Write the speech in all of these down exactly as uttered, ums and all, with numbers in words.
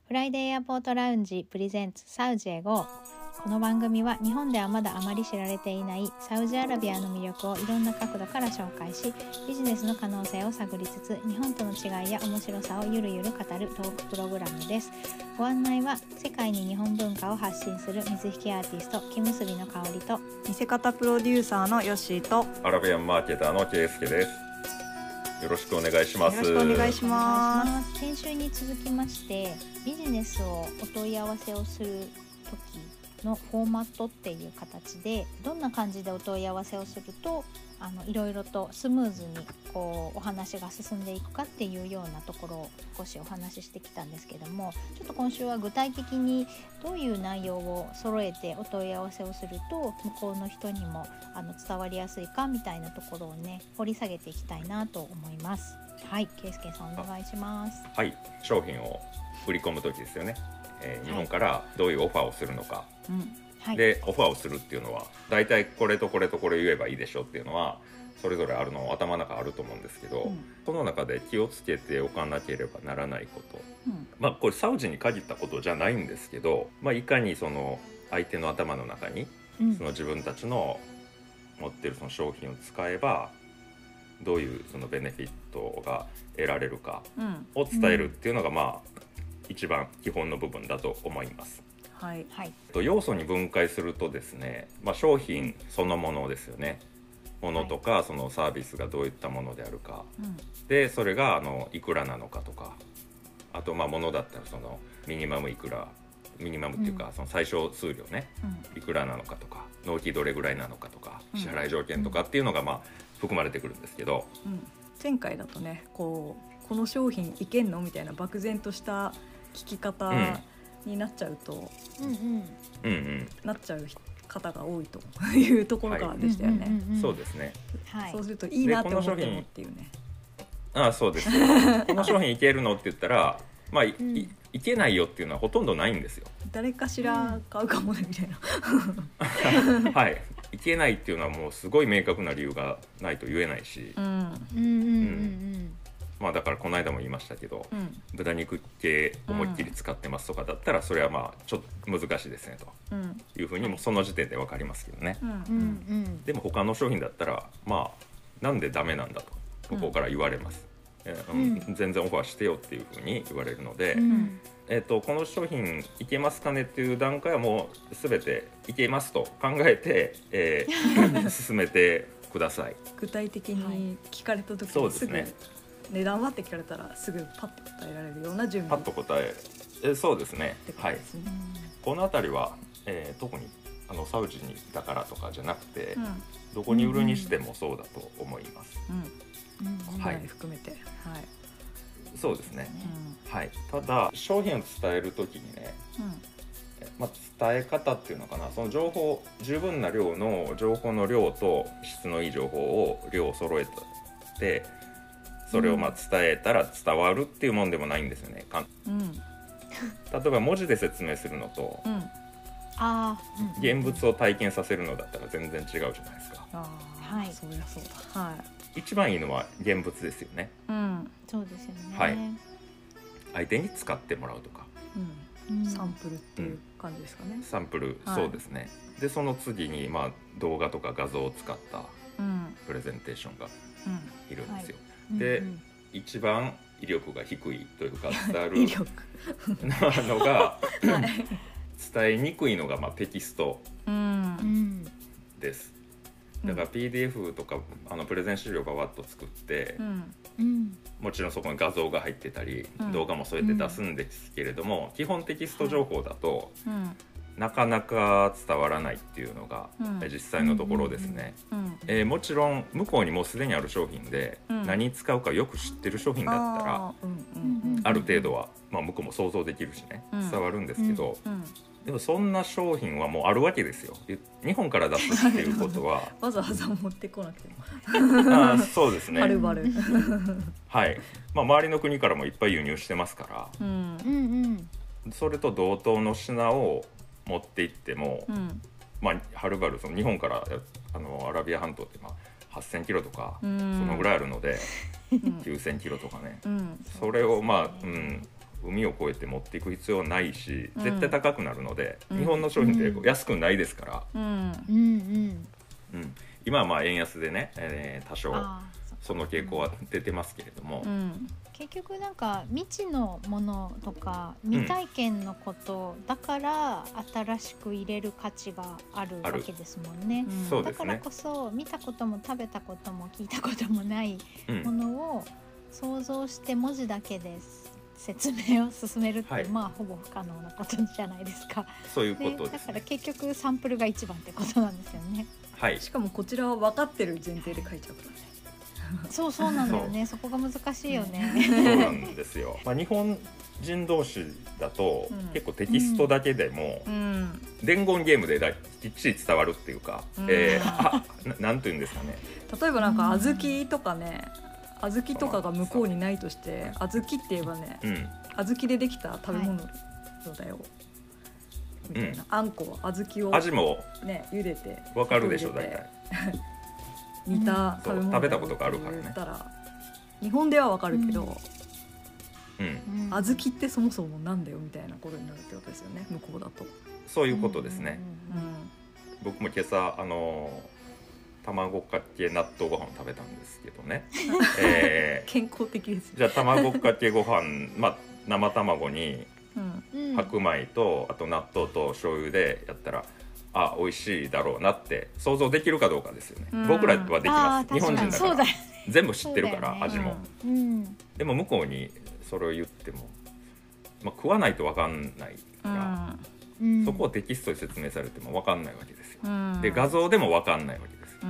フライデーエアポートラウンジプレゼンツサウジへ ゴー。 この番組は日本ではまだあまり知られていないサウジアラビアの魅力をいろんな角度から紹介し、ビジネスの可能性を探りつつ日本との違いや面白さをゆるゆる語るトークプログラムです。ご案内は世界に日本文化を発信する水引アーティスト木結びの香りと、 見せ方プロデューサーのヨッシーと、 アラビアンマーケターのケイスケです。よろしくお願いします。 よろしくお願いします。 先週に続きまして、ビジネスをお問い合わせをする時のフォーマットっていう形で、どんな感じでお問い合わせをするとあのいろいろとスムーズにこうお話が進んでいくかっていうようなところを少しお話ししてきたんですけども、ちょっと今週は具体的にどういう内容を揃えてお問い合わせをすると向こうの人にもあの伝わりやすいかみたいなところをね掘り下げていきたいなと思います。はい、ケイスケさんお願いします。 はい、商品を売り込むときですよね、えー、日本からどういうオファーをするのか、 うん、 はい、 でオファーをするっていうのはだいたいこれとこれとこれ言えばいいでしょっていうのはそれぞれあるの頭の中あると思うんですけど、うん、その中で気をつけておかなければならないこと、うん、まあこれサウジに限ったことじゃないんですけど、まあ、いかにその相手の頭の中にその自分たちの持ってるその商品を使えばどういうそのベネフィットが得られるかを伝えるっていうのがまあ一番基本の部分だと思います。 はいはい、 要素に分解するとですね、まあ、商品そのものですよね。ものとかそのサービスがどういったものであるか、うん、でそれがあのいくらなのかとか、あとまあものだったらそのミニマムいくらミニマムっていうかその最小数量ね、うん、いくらなのかとか納期どれぐらいなのかとか、うん、支払い条件とかっていうのがまあ含まれてくるんですけど、 うん、前回だとねこうこの商品いけんのみたいな漠然とした聞き方になっちゃうと、うんうんうんうん、なっちゃう方が多いというところからでしたよね、はいうんうん、そうですね、 はい、そうするといいなって思ってもっていうね。 ああそうですこの商品いけるのって言ったらまあ い,、うん、い, いけないよっていうのはほとんどないんですよ。 誰かしら買うかもねみたいなはいいけないっていうのはもうすごい明確な理由がないと言えないし、うんうんうんうんまあ、だからこの間も言いましたけど、うん、豚肉系思いっきり使ってますとかだったらそれはまあちょっと難しいですねというふうにもその時点で分かりますけどね、うんうん、でも他の商品だったらまあなんでダメなんだと向こうから言われます、うんうん、全然オファーしてよっていうふうに言われるので、うんえー、とこの商品いけますかねっていう段階はもう全ていけますと考えて、えー、進めてください。 具体的に聞かれた時にすぐ、ね、値段はって聞かれたらすぐパッと答えられるような準備。 パッと答え、えそうですね。はい。このあたりは、えー、特にあのサウジにだからとかじゃなくて、うん、どこに売るにしてもそうだと思います。 うんうんうん、はい、含めて、はい。 そうですね。うん、はい。ただ商品を伝えるときにね、うんまあ、伝え方っていうのかな、その情報十分な量の情報の量と質のいい情報を量を揃えて。それをまあ伝えたら伝わるっていうもんでもないんですよね、うん、例えば文字で説明するのと、うん、あ現物を体験させるのだったら全然違うじゃないですか。 あ、はい、そうやそうだ、はい、 一番いいのは現物ですよね、 うん、そうですよね、 はい、相手に使ってもらうとか、 うん、サンプルっていう感じですかね、うん、 サンプル、はい、そうですね。でその次にまあ動画とか画像を使ったプレゼンテーションがいるんですよ、うんはいで、うんうん、一番威力が低いというか伝わるのが、はい、伝えにくいのがまあテキストです、うん、だから ピーディーエフ とかあのプレゼン資料がわっと作って、うん、もちろんそこに画像が入ってたり、うん、動画も添えて出すんですけれども、うん、基本テキスト情報だと、うんなかなか伝わらないっていうのが、うん、実際のところですね、うんうんえー、もちろん向こうにもうすでにある商品で、うん、何使うかよく知ってる商品だったら あ,、うんうんうん、ある程度は、まあ、向こうも想像できるしね伝わるんですけど、うんうん、でもそんな商品はもうあるわけですよ。日本から出すっていうことはわざわざ持ってこなくてもあそうですねはるばるはい、まあ、周りの国からもいっぱい輸入してますから、うんうん、それと同等の品を持って行っても、うんまあ、はるばるその日本からあのアラビア半島ってまあはっせんキロとかそのぐらいあるので、うん、きゅうせんキロとかね、うん、それをまあ、うん、 海を越えて持っていく必要はないし、うん、絶対高くなるので、うん、日本の商品って安くないですから、うんうんうん、今はまあ円安でね、えー、多少その傾向は出てますけれども、うん、 結局なんか未知のものとか未体験のことだから新しく入れる価値があるわけですもんね、うん、だからこそ見たことも食べたことも聞いたこともないものを想像して文字だけです説明を進めるって、はい、まあほぼ不可能なことじゃないですか。 そういうことですね。 だから結局サンプルが一番ってことなんですよね。 はい。しかもこちらは分かってる前提で書いちゃうからね。そうそうなんだよね。そこが難しいよね。 そうなんですよ。まあ日本人同士だと、うん、結構テキストだけでも、うん、伝言ゲームでだきっちり伝わるっていうか、うんえー、あな、なんていうんですかね。 例えばなんか小豆とかね。小豆とかが向こうにないとして小豆って言えばね、うん、小豆でできた食べ物だよ、はい、みたいな、うん、あんこ小豆を、ね、 味も茹でてわかるでしょ大体煮た食べ物食べたことがあるからね。 言ったら日本ではわかるけど、うん、小豆ってそもそもなんだよみたいなことになるってことですよね向こうだと。 そういうことですね、うんうんうん、僕も今朝あの卵かけ納豆ご飯を食べたんですけどね、 えー、健康的です、ね、 じゃあ卵かけご飯、まあ、生卵に白米とあと納豆と醤油でやったらあ美味しいだろうなって想像できるかどうかですよね、うん、僕らはできます。日本人だから全部知ってるから、ね、味も、うん、でも向こうにそれを言っても、まあ、食わないと分かんないから、うん、そこをテキストで説明されても分かんないわけですよ、うん、で画像でも分かんないわけです、うん、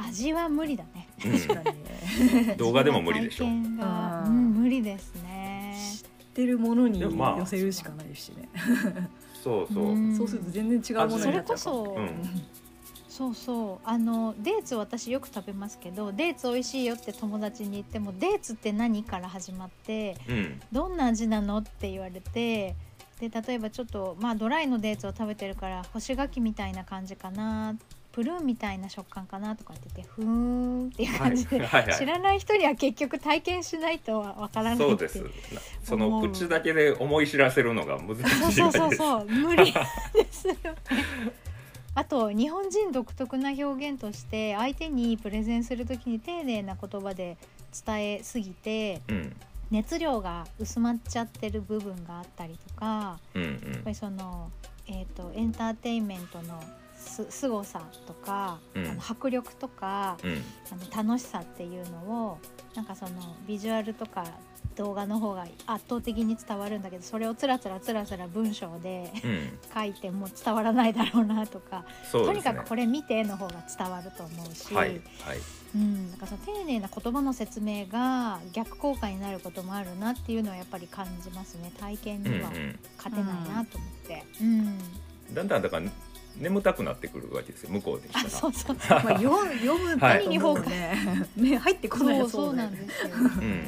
味は無理だね、 うん、確かに動画でも無理でしょ、 体験が、うん、無理ですね。 知ってるものに寄せるしかないしね、まあ、 そうそう、 うん、そうすると全然違うものになっちゃうかも。 それこそ、うん、そうそうあのデーツ私よく食べますけどデーツ美味しいよって友達に言ってもデーツって何から始まって、うん、どんな味なのって言われてで例えばちょっと、まあ、ドライのデーツを食べてるから干し柿みたいな感じかなプルーンみたいな食感かなとかって言ってふーんっていう感じで、はいはいはい、知らない人には結局体験しないとわからないってそうです。その口だけで思い知らせるのが難しいです。 そうそうそう無理ですよねあと日本人独特な表現として相手にプレゼンするときに丁寧な言葉で伝えすぎて、うん、熱量が薄まっちゃってる部分があったりとか、うんうん、やっぱりその、えーと、エンターテインメントのす凄さとか、うん、あの迫力とか、うん、あの楽しさっていうのをなんかそのビジュアルとか動画の方が圧倒的に伝わるんだけどそれをつらつらつらつら文章で、うん、書いても伝わらないだろうなとか、ね、とにかくこれ見ての方が伝わると思うし、はいはいうん、なんかその丁寧な言葉の説明が逆効果になることもあるなっていうのはやっぱり感じますね。体験には勝てないなと思って、うんうんうん、だんだんだから眠たくなってくるわけですよ向こうでしたら。 そうそうそうまあ、読, 読む何にフォーカス、ねね、入ってこないそうそうなんですよ、うん、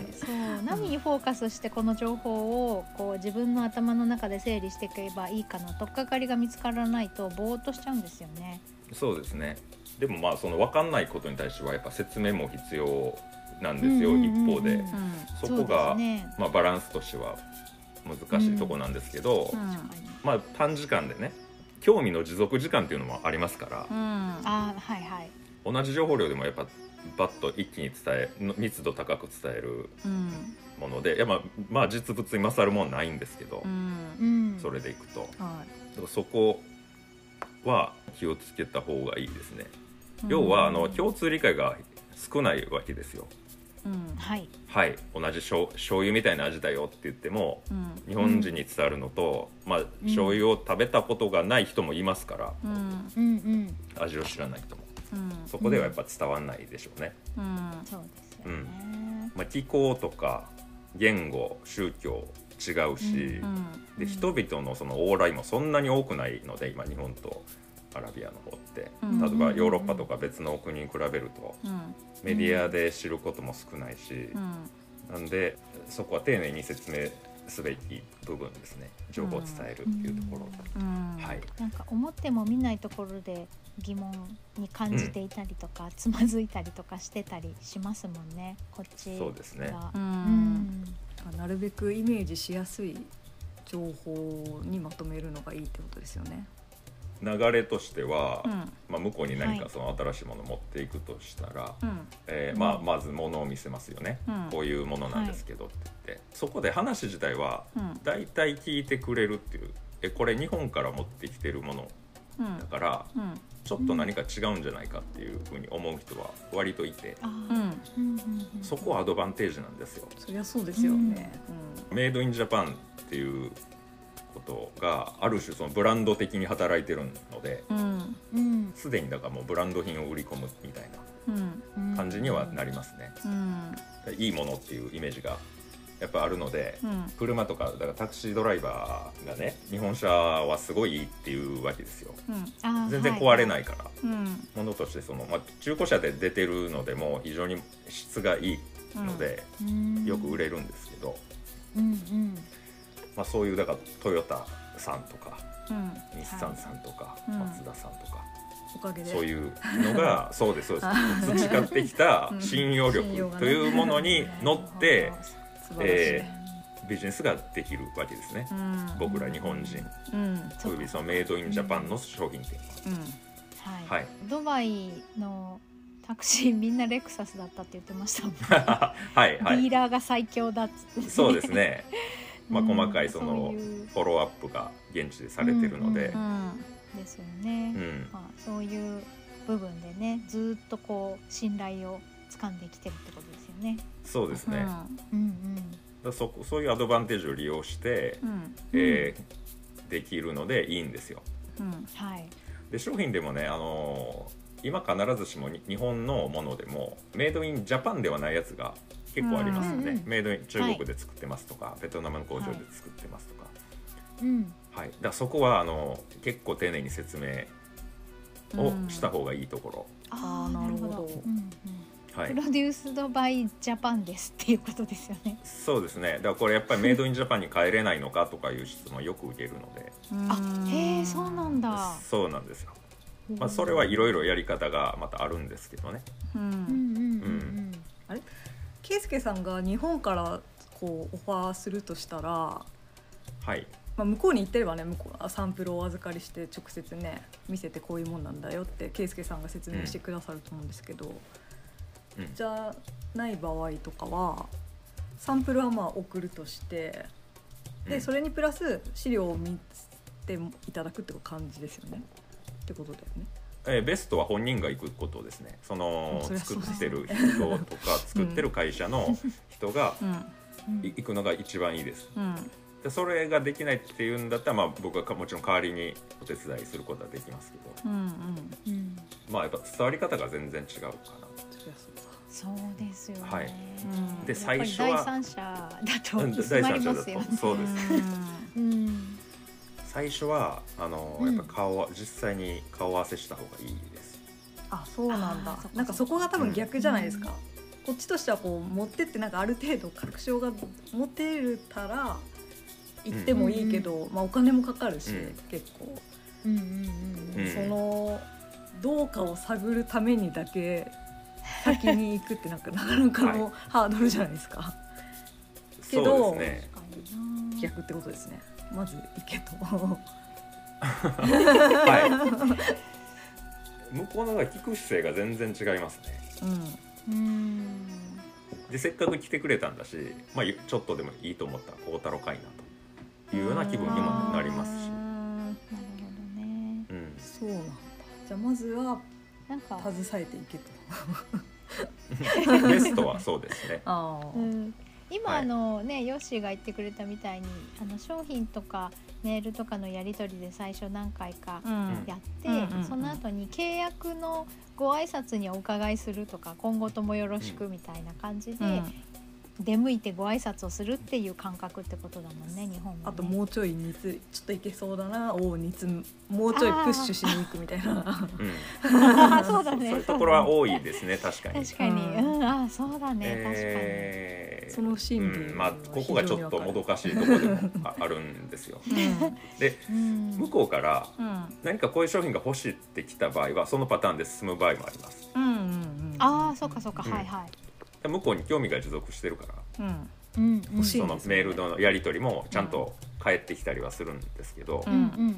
そう何にフォーカスしてこの情報をこう自分の頭の中で整理していけばいいかの取っかかりが見つからないとぼーっとしちゃうんですよね。 そうですね。でもまあその分かんないことに対してはやっぱ説明も必要なんですよ、うんうんうんうん、一方で、うん、そこが、ねまあ、バランスとしては難しいとこなんですけど、うんうん、まあ短時間でね興味の持続時間っていうのもありますから、うん、 あはいはい、 同じ情報量でもやっぱバッと一気に伝え密度高く伝えるもので、うん、いやまあ、まあ実物に勝るもんないんですけど、うん、それでいくと、はい、だからそこは気をつけた方がいいですね、うん、要はあの共通理解が少ないわけですよ、うんはいはい、同じ醤油みたいな味だよって言っても、うん、日本人に伝わるのと、うんまあ、醤油を食べたことがない人もいますから、うん、味を知らない人も、うん、そこではやっぱ伝わらないでしょうね、うん、そうですよね、うんまあ、気候とか言語宗教違うし、うん、で人々のその往来もそんなに多くないので今日本とアラビアの方って、うん、例えばヨーロッパとか別の国に比べると、うん、メディアで知ることも少ないし、うん、なんでそこは丁寧に説明すべき部分ですね。情報を伝えるっていうところ、うんはい、なんか思っても見ないところで疑問に感じていたりとか、うん、つまずいたりとかしてたりしますもんねこっちが。 そうですね、 うん、 なるべくイメージしやすい情報にまとめるのがいいってことですよね。 流れとしては、うん、まあ、向こうに何かその新しいものを持っていくとしたら、はい、えーまあ、まず物を見せますよね、うん、こういうものなんですけどって言って、はい、そこで話自体はだいたい聞いてくれるっていう、えこれ日本から持ってきてるものだから、うん、ちょっと何か違うんじゃないかっていうふうに思う人は割といて、うん、そこはアドバンテージなんですよ。 そりゃそうですよね、 うん、メイドインジャパンっていうことがある種そのブランド的に働いてるので、すで、うん、にだからもうブランド品を売り込むみたいな感じにはなりますね、うんうん、いいものっていうイメージがやっぱあるので、うん、車とかだからタクシードライバーがね日本車はすごいいいっていうわけですよ、うん、全然壊れないから、はいはい、ものとしてその、まあ、中古車で出てるのでも非常に質がいいので、うん、よく売れるんですけど、うんうんまあ、そういうだからトヨタさんとか、うん、日産さんとか、はい、マツダさんとか、 おかげでそういうのがそうですそうです培ってきた信用力というものに乗って、えー、ビジネスができるわけですね、うん、僕ら日本人、うん、およびそのメイドインジャパンの商品店は、うんはいはい、ドバイのタクシーみんなレクサスだったって言ってましたもんねはい、はい、ディーラーが最強だっつって、 そうですねまあ、細かいそのフォローアップが現地でされてるので、うんうんうん、ですよね、うんまあ、そういう部分でねずっとこう信頼を掴んできてるってことですよね。 そうですね、うんうん、だそそういうアドバンテージを利用して、うんえー、できるのでいいんですよ、うんはい、で商品でもね、あのー、今必ずしも日本のものでもメイドインジャパンではないやつが結構ありますよね、うんうん、メイドイン中国で作ってますとか、はい、ベトナムの工場で作ってますとか、はいうんはい、だからそこはあの結構丁寧に説明をした方がいいところ、 うん、ああなるほど、うんうんはい、プロデュースドバイジャパンですっていうことですよね。 そうですね。だからこれやっぱりメイドインジャパンに帰れないのかとかいう質問よく受けるのであへえそうなんだ。 そうなんですよ、まあ、それはいろいろやり方がまたあるんですけどね、うんうんうんうん、 あれ圭介さんが日本からこうオファーするとしたら、はいまあ、向こうに行ってればね向こうサンプルをお預かりして直接ね見せてこういうもんなんだよって圭介さんが説明してくださると思うんですけど、うん、じゃない場合とかはサンプルはまあ送るとしてでそれにプラス資料を見ていただくって感じですよねってことだよね。 えー、ベストは本人が行くことですね。その作ってる人とか作ってる会社の人が行くのが一番いいです、うん、でそれができないっていうんだったら、まあ、僕はもちろん代わりにお手伝いすることはできますけど、うんうん、まあやっぱ伝わり方が全然違うかな。 そうですよね、はい、 うん、で最初は第三者だと詰まりますよね。 そうです、うん最初はあの、うん、やっぱ顔は実際に顔合わせした方がいいです。 あ、そうなんだ。なんかそこが多分逆じゃないですか、うん、こっちとしてはこう持ってってなんかある程度確証が持てるたら行ってもいいけど、うんまあ、お金もかかるし、うん、結構、うんうんうん、そのどうかを探るためにだけ先に行くってなんかなかなかのハードルじゃないですか、はい、けどそうですね、 逆ってことですね。まず行けとはい向こうのが聞く姿勢が全然違いますね、うん、うんでせっかく来てくれたんだし、まあ、ちょっとでもいいと思ったらこうたろかいなというような気分にもなりますし。なるほどね、 うん、そうなんだ。じゃあまずはなんか携えていけとベストはそうですね。あ、 うん今あのね、はい、ヨッシーが言ってくれたみたいにあの商品とかメールとかのやり取りで最初何回かやって、うん、その後に契約のご挨拶にお伺いするとか今後ともよろしくみたいな感じで、うん出向いてご挨拶をするっていう感覚ってことだもんね、日本はね。 あともうちょい煮つちょっといけそうだなを煮つもうちょいプッシュしに行くみたいな、 うん、そうだね。 そういうところは多いですね、確かに。 確かに、うん、あそうだね、えー、確かに。その心理、 うん、まあここがちょっともどかしいところでもあるんですよ。うん、で、うん、向こうから何かこういう商品が欲しいってきた場合はそのパターンで進む場合もあります。 うんうんうん、ああ、そうかそうか、うん、はいはい。 向こうに興味が持続してるから、 うんうん、 そのメールのやり取りもちゃんと返ってきたりはするんですけど、 うんうんうんうん、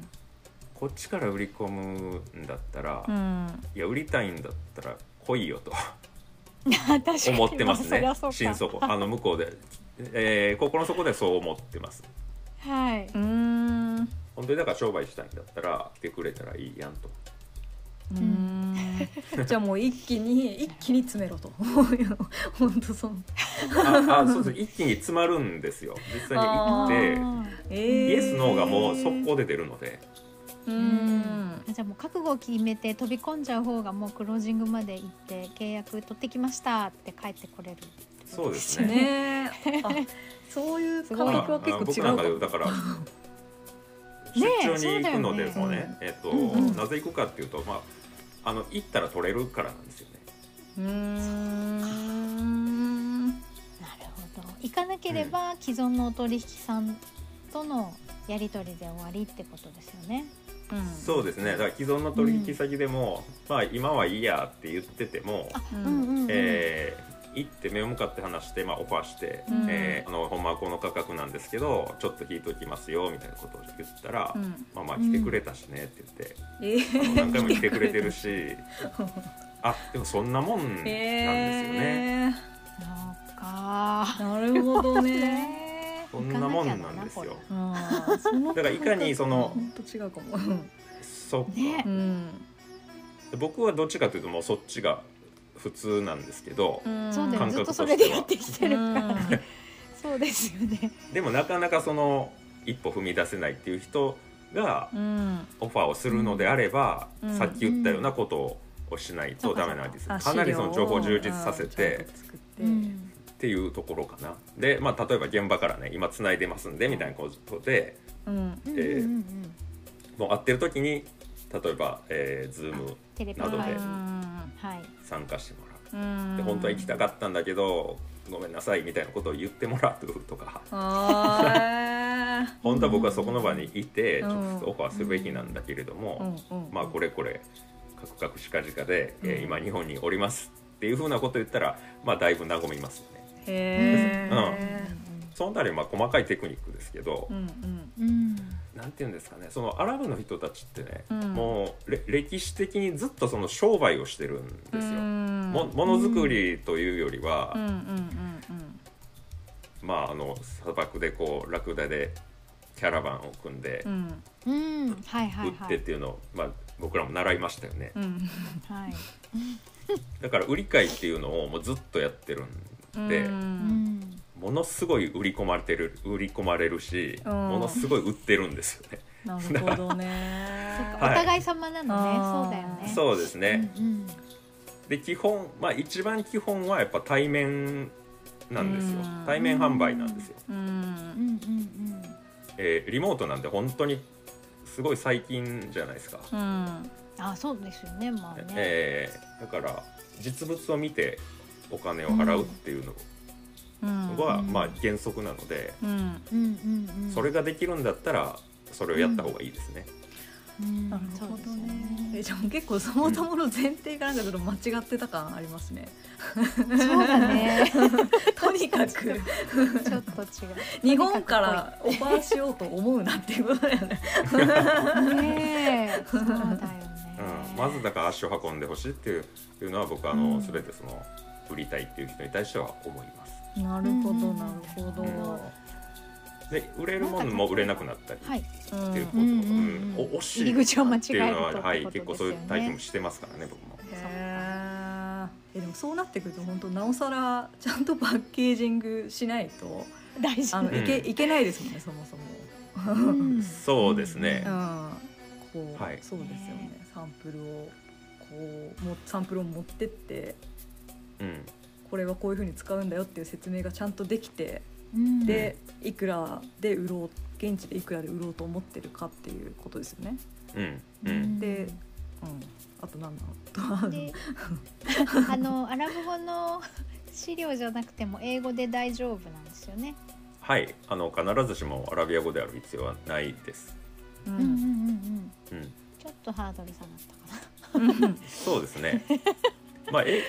こっちから売り込むんだったら、 うん、 いや売りたいんだったら来いよと思ってますね。心底あの向こうで、えー、心の底でそう思ってます。 はい。 うーん、 本当にだから商売したいんだったら来てくれたらいいやんと。 うーんじゃあもう一気に一気に詰めろと本当そうああそうです。一気に詰まるんですよ。実際に行って、えー、イエスノーがもう速攻で出るので。 うーん、じゃあもう覚悟を決めて飛び込んじゃう方がもうクロージングまで行って契約取ってきましたって帰ってこれる。 そうですね。 あ、そういう感覚は結構違う。 僕なんかだから出張に行くのでもね、ねえっと、うんうん、なぜ行くかっていうと、まああの行ったら取れるからなんですよね。 うーん、 なるほど。行かなければ、うん、既存のお取引さんとのやり取りで終わりってことですよね。 うん、そうですね。だから既存の取引先でも、うん、まあ今はいいやって言ってても、えー、行って目を向かって話して、まあ、オファーして、うん、えー、あのほんまはこの価格なんですけどちょっと引いときますよみたいなことを言ったら、うん、まあまあ来てくれたしねって言って、うん、あの何回も来てくれてるしあでもそんなもんなんですよね。 そうか、 なるほどねそんなもんなんですよ。だからいかにその本当違うかもそうか、ね、うん、僕はどっちかというともうそっちが普通なんですけど、 そうだよ、ずっとそれでやってきてるからそうですよね。 でもなかなかその一歩踏み出せないっていう人がオファーをするのであれば、うん、さっき言ったようなことをしないとダメなんです。かなりその情報を充実させてっていうところかな。で、まあ、例えば現場からね今つないでますんでみたいなことで、うんえー、もう会ってる時に例えば、えー、Zoom などで参加してもらう。で本当は行きたかったんだけどごめんなさいみたいなことを言ってもらうとか本当は僕はそこの場にいて直接オファーするべきなんだけれども、まあこれこれカクカクしかじかで、えー、今日本におりますっていうふうなことを言ったら、まあ、だいぶ和みますよね。へー、うん、そのあたりはまあ細かいテクニックですけど、うんうん、なんていうんですかね、そのアラブの人たちってね、うん、もう歴史的にずっとその商売をしてるんですよ。も, ものづくりというよりは、うんうんうんうん、まああの砂漠でこうラクダでキャラバンを組んで、うんうん、売ってっていうのを、まあ、僕らも習いましたよね、うんはい、だから売り買いっていうのをもうずっとやってるんで、うん、ものすごい売り込まれてる売り込まれるし、うん、ものすごい売ってるんですよね。 なるほどねお互い様なのね、そうだよね。 そうですね、うんうん、で基本、まあ、一番基本はやっぱ対面なんですよ。対面販売なんですよ、うんうんうんうんえー、リモートなんて本当にすごい最近じゃないですか、うん、 あそうですよね、まあね、 えー、だから実物を見てお金を払うっていうのが、うん、まあ原則なので、うんうんうんうん、それができるんだったらそれをやった方がいいですね、 うん、なるほどね。えじゃあ結構そもそもの前提がなんかちょっと間違ってた感ありますね。 そうだね。 とにかくちょっと違う。 日本からオファーしようと思うなっていうことだよね。 ねえ、そうだよね、 うん。まずだから足を運んでほしいっていういうのは僕はあの、うん、全てその売りたいっていう人に対しては思います。 なるほどなるほど。うんで売れるものも売れなくなったりっていうこと、うんうん、惜しい入り口を間違えるというのは、はい、結構そういう体験もしてますからね、僕も。 へえでもそうなってくると本当なおさらちゃんとパッケージングしないと大事あのいけ、うん、いけないですもんね、そもそも。 うん、そうですね、 うん、こう、はい、そうですよね。サンプルをこうもサンプルを持ってって、うん、これはこういう風に使うんだよっていう説明がちゃんとできて、うん、でいくらで売ろう現地でいくらで売ろうと思ってるかっていうことですよね。うんうん、で、うん、あと何なのであのアラブ語の資料じゃなくても英語で大丈夫なんですよね。 はい、あの必ずしもアラビア語である必要はないです。うんうんうんうん、 うん、ちょっとハードル下がったかな。 そうですね。まあえ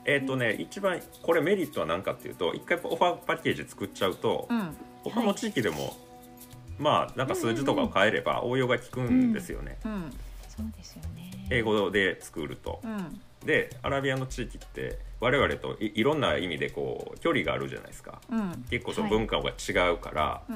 えっとね一番これメリットは何かっていうと、一回オファーパッケージ作っちゃうと、うん、他の地域でも、はい、まあなんか数字とかを変えれば応用が効くんですよね、 うんうんうん、そうですよね、 英語で作ると、うん、でアラビアの地域って我々と い, いろんな意味でこう距離があるじゃないですか、うん、結構その文化が違うから、はい、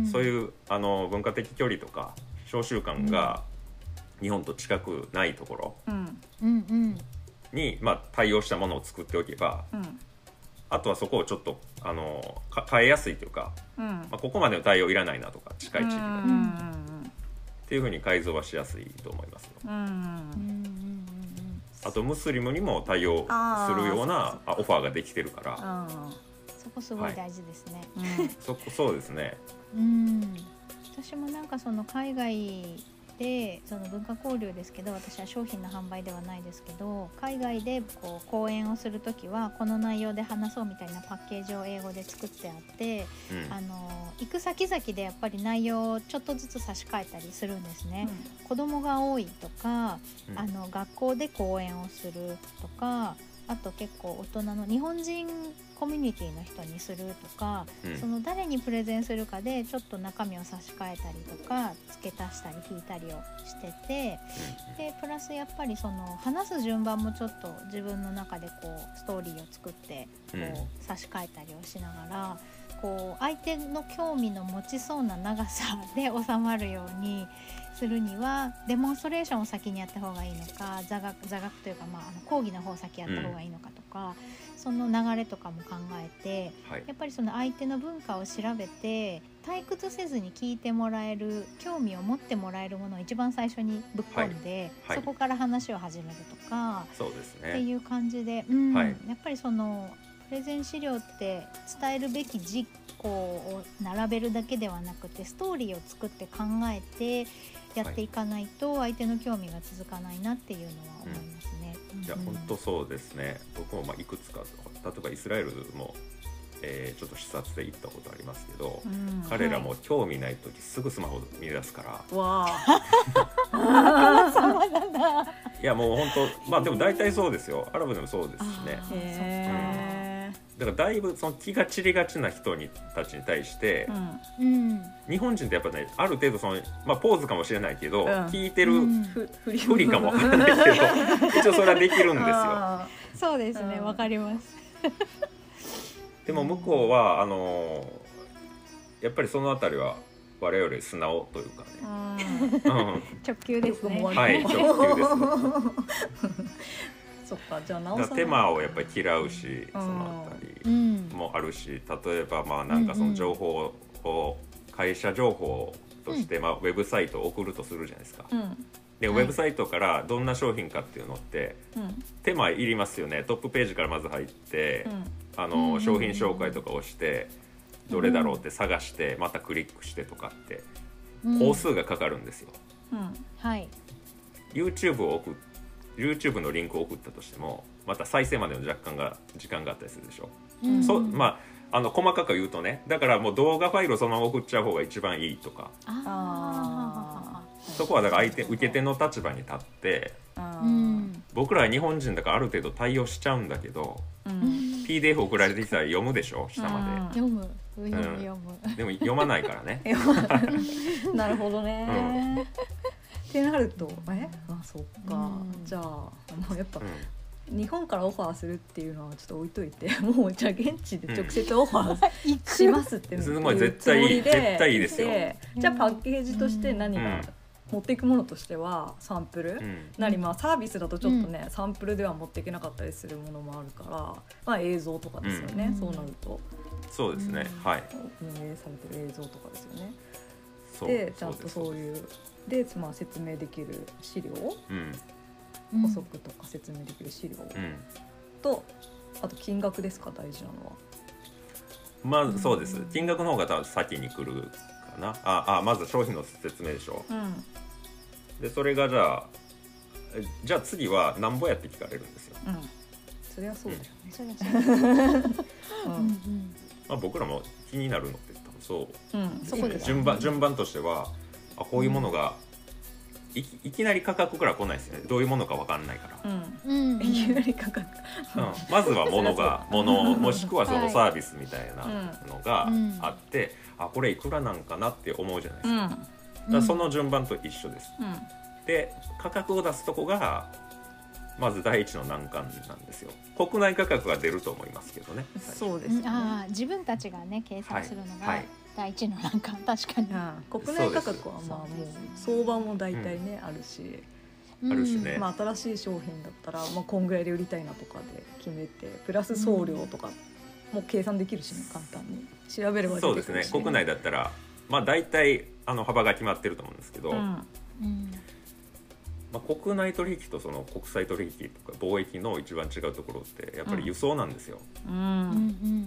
そういうあの文化的距離とか召集感が日本と近くないところに、まあ、対応したものを作っておけば、うん、あとはそこをちょっとあの変えやすいというか、うんまあ、ここまでの対応いらないなとか近い地域だと、うん、っていう風に改造はしやすいと思いますよ、うん、あとムスリムにも対応するようなオファーができてるから、 そこすごい大事ですね、 はい、そ, そうですね、 うん、私もなんかその海外でその文化交流ですけど、私は商品の販売ではないですけど、海外でこう講演をするときはこの内容で話そうみたいなパッケージを英語で作ってあって、うん、あの行く先々でやっぱり内容をちょっとずつ差し替えたりするんですね、うん、子供が多いとか、うん、あの学校で講演をするとか、あと結構大人の日本人コミュニティの人にするとか、うん、その誰にプレゼンするかでちょっと中身を差し替えたりとか付け足したり引いたりをしてて、うん、でプラスやっぱりその話す順番もちょっと自分の中でこうストーリーを作ってこう差し替えたりをしながら、こう相手の興味の持ちそうな長さで収まるようにするにはデモンストレーションを先にやった方がいいのか、座学、座学というか、まあ、あの講義の方を先やった方がいいのかとか、うん、その流れとかも考えて、はい、やっぱりその相手の文化を調べて退屈せずに聞いてもらえる、興味を持ってもらえるものを一番最初にぶっ込んで、はいはい、そこから話を始めるとか、 そうですね、 っていう感じで、うんはい、やっぱりそのプレゼン資料って伝えるべき事項を並べるだけではなくて、ストーリーを作って考えてやっていかないと相手の興味が続かないなっていうのは思いますね、 うん、いや本当そうですね。僕もまあいくつか、例えばイスラエルも、えー、ちょっと視察で行ったことありますけど、うん、彼らも興味ない時すぐスマホ見出すから、わあいやもう本当、まあでも大体そうですよ、アラブでもそうですね。へー、だからだいぶその気が散りがちな人にたちに対して、うん、日本人ってやっぱね、ある程度その、まあ、ポーズかもしれないけど、うん、聞いてる、うん、ふふりかもわからないけど一応それはできるんですよ。 そうですね、わ、うん、かりますでも向こうはあのやっぱりそのあたりは我々素直というかね、うん、 直球ですね。 はい直球ですそっか、じゃあ直さない。 手間をやっぱり嫌うし、そのあたりもあるし、例えばまあなんかその情報を、会社情報としてまあウェブサイトを送るとするじゃないですか、うん、でウェブサイトからどんな商品かっていうのって手間いりますよね。トップページからまず入って、うん、あの商品紹介とかをしてどれだろうって探してまたクリックしてとかって工数がかかるんですよ、うんうんはい、YouTube を送ってYouTube のリンクを送ったとしてもまた再生までの若干が時間があったりするでしょ、うん、そまあ、あの細かく言うとね、だからもう動画ファイルをそのまま送っちゃう方が一番いいとか、あそこはだから相手受け手の立場に立って、あ僕らは日本人だからある程度対応しちゃうんだけど、うん、ピーディーエフ 送られてきたら読むでしょ、下まで読む読む、うん、読むでも読まないからねなるほどね、うんってなるとえあそっか、うん、じゃあもうやっぱ、うん、日本からオファーするっていうのはちょっと置いといて、もうじゃあ現地で直接オファーしますっていうつもりで、 絶対いい絶対いいですよ。 じゃあパッケージとして何が、うん、持っていくものとしてはサンプル、うん、なりまあサービスだとちょっとね、うん、サンプルでは持っていけなかったりするものもあるから、まあ、映像とかですよね、うん、そうなるとそうですね、はい、 運営されてる映像とかですよね。でちゃんとそういうで、まあ、説明できる資料、うん、補足とか説明できる資料、うん、とあと金額ですか、大事なのは。 まあそうです、金額の方が多分先に来るかな。ああまず商品の説明でしょ、うん、でそれがじゃあじゃあ次はなんぼやって聞かれるんですよ、うん、 それはそうだよね、うん、それはそううんうん、まあ、僕らも気になるのって多分そう、うん、そうですね、順番順番としてはあこういうものがいき、いきなり価格から来ないですよね。どういうものか分かんないから、 うん、いきなり価格、 うん、まずは物が物もしくはそのサービスみたいなのがあって、はい、あこれいくらなんかなって思うじゃないですか、うん、だからその順番と一緒です、うん、で価格を出すとこがまず第一の難関なんですよ。国内価格が出ると思いますけどね。 そうですね、 あ自分たちがね計算するのが、はいはい、第一の難関、確かに、 うん、国内価格はまあもう相場も大体ね、うん、あるし、 あるしね、 まあ、新しい商品だったら、まあ、こんぐらいで売りたいなとかで決めてプラス送料とかも計算できるしね、簡単に調べれば出てくるし、ね、 そうですね。国内だったらまあ大体あの幅が決まってると思うんですけど、うんうんまあ、国内取引とその国際取引とか貿易の一番違うところってやっぱり輸送なんですよ、うん、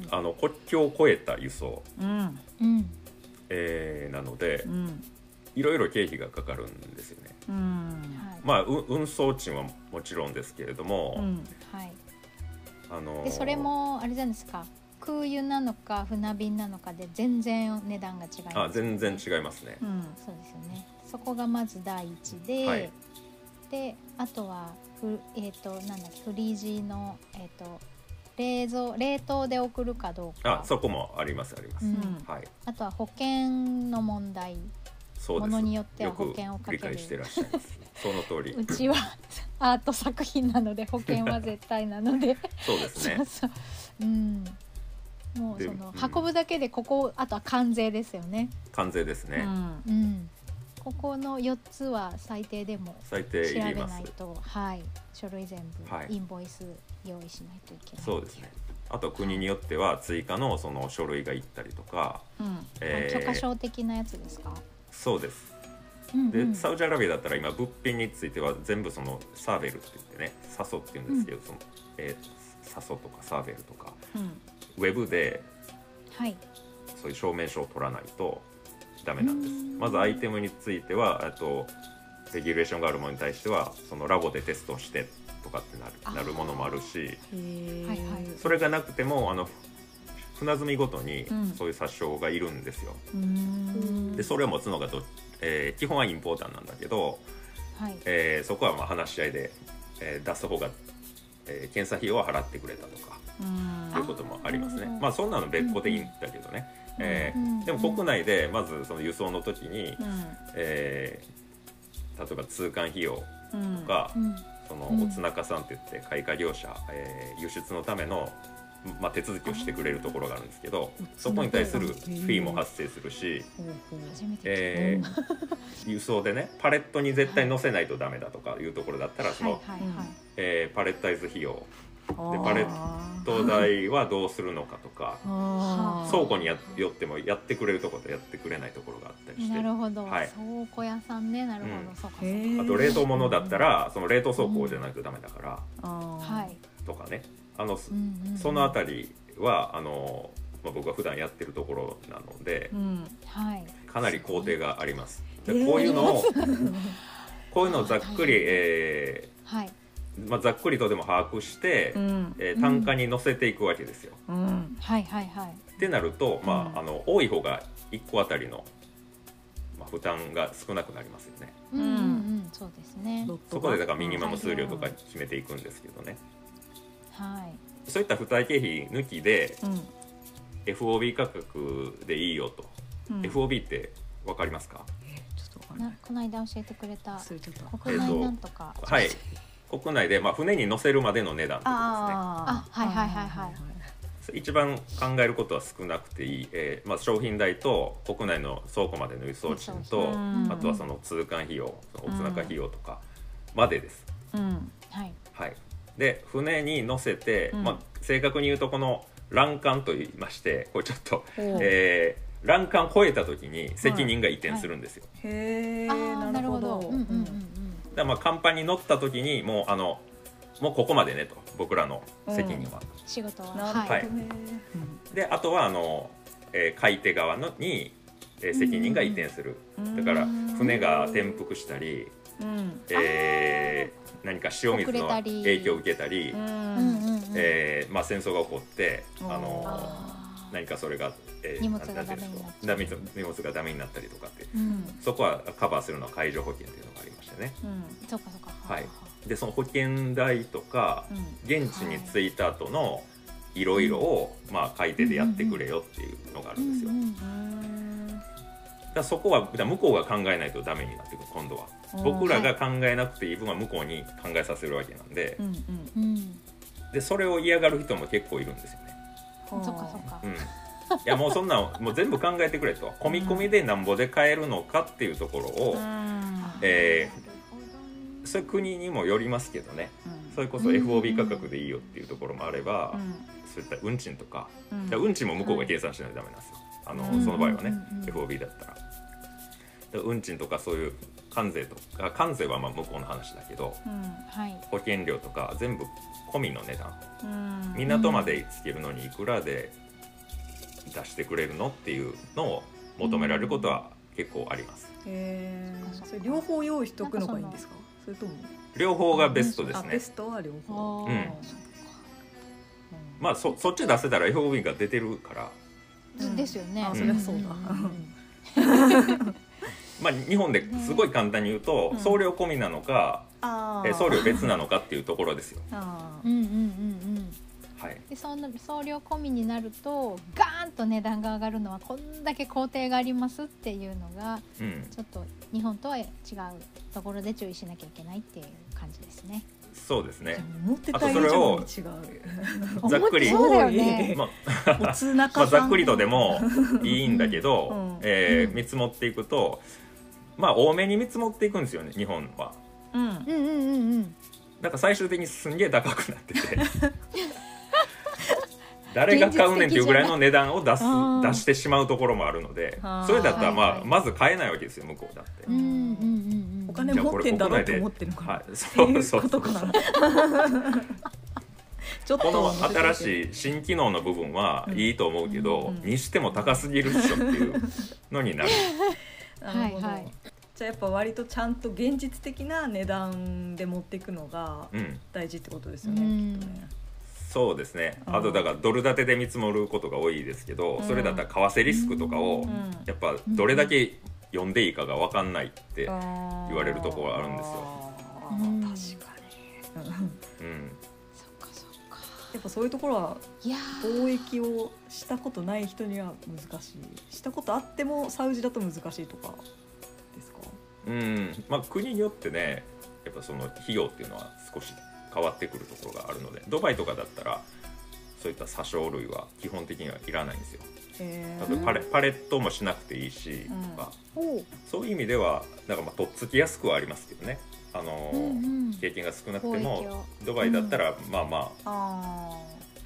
あの国境を越えた輸送、うんえー、なので、うん、いろいろ経費がかかるんですよね、うんまあ、運送賃はもちろんですけれども、うんはいあのー、でそれもあれじゃないですか、空輸なのか船便なのかで全然値段が違います、ね、 あ全然違いますね、 うん、そうですよね。そこがまず第一で、はいであとはフ、えー、となんだっけフリージーの、えー、と冷蔵冷凍で送るかどうか、 あそこもありますあります、うんはい、あとは保険の問題、 そうです、 ものによっては保険をかける、 よく理解してらっしゃいますその通りうちはアート作品なので保険は絶対なのでそうですねそうそう、うん、もうその、うん、運ぶだけでここあとは関税ですよね。 関税ですね、 うんうんここのよっつは最低でも調べないと、はい、書類全部、はい、インボイス用意しないといけない。 そうですね。あと国によっては追加のその書類がいったりとか、 うんえー、許可証的なやつですか。 そうです、うんうん、でサウジアラビアだったら今物品については全部そのサーベルって言ってね、サソって言うんですけど、うんそのえー、サソとかサーベルとか、うん、ウェブで、はい、そういう証明書を取らないとダメなんです。まずアイテムについてはあとレギュレーションがあるものに対してはそのラボでテストしてとかってなる、なるものもあるし、それがなくてもあの船積みごとにそういう殺傷がいるんですよ、うん、でそれを持つのがど、えー、基本はインポーターなんだけど、はいえー、そこはまあ話し合いで、えー、出す方が、えー、検査費用は払ってくれたとかそういうこともありますね。まあそんなの別個でいいんだけどね、うんえー、でも国内でまずその輸送の時に、うんえー、例えば通関費用とか、うん、そのおつなかさんって言って開花業者、えー、輸出のための、まあ、手続きをしてくれるところがあるんですけど、そこに対するフィーも発生するし、えー、輸送でねパレットに絶対載せないとダメだとかいうところだったらその、はいはいはいえー、パレッタイズ費用でパレット代はどうするのかとか倉庫にやよってもやってくれるところとやってくれないところがあったりして、 なるほど、はい、倉庫屋さんね、なるほど、うん、そうかそうか。 あと冷凍物だったらその冷凍倉庫じゃないとダメだから、うん、とかね、あの、うんうん、そのあたりはあの、まあ、僕が普段やってるところなので、うんはい、かなり工程があります。でこういうのをこういうのをざっくり、えーはいまあ、ざっくりとでも把握して、うんえー、単価に乗せていくわけですよ、うんはいはいはい、ってなると、まあ、あの多い方がいっこあたりの、まあ、負担が少なくなりますよね、うんうんうん、そうですね。そこでだからミニマム数量とか決めていくんですけどね、はい、そういった付帯経費抜きで、うん、エフオービー 価格でいいよと、うん、エフオービー って分かりますか？ えー、ちょっとなこの間教えてくれた国内なんとか、 えー、はい国内で、まあ、船に乗せるまでの値段ってことですね。 ああ、はいはいはいはい。 一番考えることは少なくていい、えーまあ、商品代と国内の倉庫までの輸送賃と、あとはその通関費用、そのおつなか費用とかまでです。うんはいはい、で船に乗せて、うんまあ、正確に言うとこの欄干といいまして、これちょっと、えー、欄干超えた時に責任が移転するんですよ。 はいはい、へー、なるほど。うんうんうんだまあ甲板に乗った時にもうあのもうここまでねと、僕らの責任は、うん、 仕事は、 はい、であとはあの、えー、買い手側のに、えー、責任が移転する、だから船が転覆したり、うんえー、何か塩水の影響を受けたり、えーまあ、戦争が起こってあのー、何かそれが、えー、 荷物がダメになったり荷物がダメになったりとかって、うん、そこはカバーするのは海上保険っていうのがありましたね。 よね。 うん、そうかそうか。 はい。でその保険代とか、うん、現地に着いた後のいろいろを、まあ、買い手でやってくれよっていうのがあるんですよ。だからそこは向こうが考えないとダメになってくる。今度は僕らが考えなくていい分は向こうに考えさせるわけなんで、うんうん、でそれを嫌がる人も結構いるんですよね。 そっかそっか、うん、いやもうそんなもう全部考えてくれと、込み込みでなんぼで買えるのかっていうところを、うん、えー、それ国にもよりますけどね、うん、それこそ エフオービー 価格でいいよっていうところもあれば、うん、そういった運賃とか、うん、運賃も向こうが計算しないとダメなんですよ。あのその場合はね、うん、エフオービー だったら運賃とかそういう関税とか、関税はまあ向こうの話だけど、うんはい、保険料とか全部込みの値段、うん、港までつけるのにいくらで出してくれるのっていうのを求められることは結構あります。 うん、へー、それ両方用意しとくのがいいんですか？それとも両方がベストですね。 ベストは両方、うん、 まあ そ, そっち出せたら エフオービー が出てるから、 うん、ですよね。 あ、そりゃそうだ。 まあ、日本ですごい簡単に言うと、うん、送料込みなのか、え送料別なのかっていうところですよ。あうんうんうんうんはい、でその送料込みになるとガーンと値段が上がるのはこんだけ工程がありますっていうのが、うん、ちょっと日本とは違うところで注意しなきゃいけないっていう感じですね。 そうですね。 思ってた以上に違う。 ざっくり、 そうだよね。 まあ、ざっくりとでもいいんだけど、うんうんえー、見積もっていくと、まあ多めに見積もっていくんですよね、日本は。うんうんうんうん。だから最終的にすんげえ高くなってて。誰が買うねんっていうぐらいの値段を出す出してしまうところもあるので、それだったらまあ、はいはい、まず買えないわけですよ、向こうだって。うんうんうんうん、お金持ってんだろうと思ってるのかな、はい、 そうそうそうちょっとこの新しい新機能の部分はいいと思うけど、うんうんうん、にしても高すぎるでしょっていうのになる。 はいはい。じゃあやっぱ割とちゃんと現実的な値段で持っていくのが大事ってことですよね、うん、きっとね。 そうですね。あとだからドル建てで見積もることが多いですけど、うん、それだったら為替リスクとかをやっぱどれだけ読んでいいかが分かんないって言われるところがあるんですよ。 あ、うん、確かに、うん、そっかそっか。やっぱそういうところは貿易をしたことない人には難しい、したことあってもサウジだと難しいとかですか？ うん、まあ国によってね、やっぱその費用っていうのは少し変わってくるところがあるので、ドバイとかだったらそういった査証類は基本的にはいらないんですよ。あとパレ、パレットもしなくていいし、うん、とかそういう意味ではなんかまあとっつきやすくはありますけどね。あのーうんうん、経験が少なくてもドバイだったらまあまあ、うん、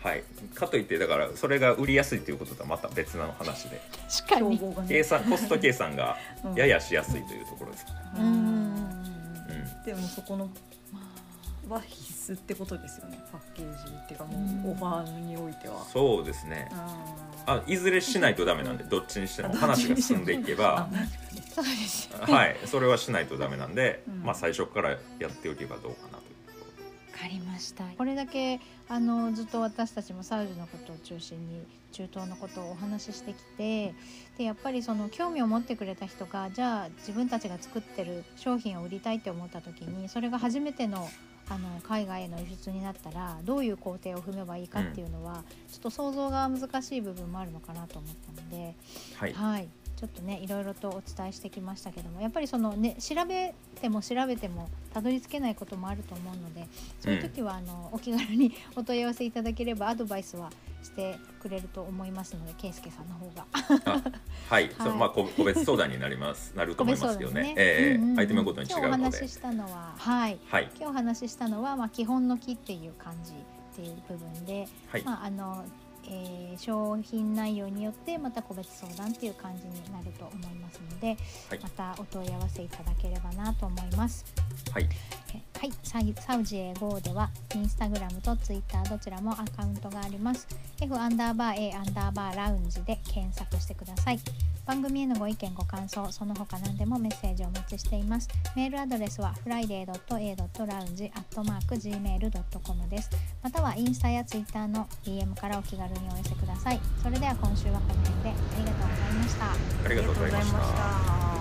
はい、かといってだからそれが売りやすいということとはまた別な話で、 確かに計算コスト計算がややしやすいというところですかね。うんうん、 でもそこのは必須ってことですよね、パッケージっていうかもうオファーにおいては。 そうですね。あ、いずれしないとダメなんで、どっちにしても話が進んでいけばそうですよね、はい、それはしないとダメなんで、うん、まあ最初からやっておけばどうかなというところ。 わかりました。これだけあのずっと私たちもサウジのことを中心に中東のことをお話ししてきて、でやっぱりその興味を持ってくれた人がじゃあ自分たちが作ってる商品を売りたいって思った時に、それが初めてのあの海外への輸出になったらどういう工程を踏めばいいかっていうのは、うん、ちょっと想像が難しい部分もあるのかなと思ったので、はい、はい、ちょっとねいろいろとお伝えしてきましたけども、やっぱりそのね調べても調べてもたどり着けないこともあると思うので、そういう時はあの、うん、お気軽にお問い合わせいただければアドバイスはしてくれると思いますので、圭介さんの方がはい、はい、そう、まあ、個別相談になりますなると思いますけどね、えーうんうん、相手のことに違うので、 今日お話ししたのは、はい、はい、今日お話ししたのは、まあ、基本の木っていう感じっていう部分で、はい、まああのえー、商品内容によってまた個別相談っていう感じになると思いますので、はい、またお問い合わせいただければなと思います。はい、はい、サウジへ ゴー ではインスタグラムとツイッターどちらもアカウントがあります。 F アンダーバー A アンダーバーラウンジで検索してください。番組へのご意見ご感想その他何でもメッセージをお待ちしています。メールアドレスは フライデードットエードットラウンジアットマークジーメールドットコム です。またはインスタやツイッターの ディーエム からお気軽にお寄せください。それでは今週はこの辺でありがとうございました。 ありがとうございました。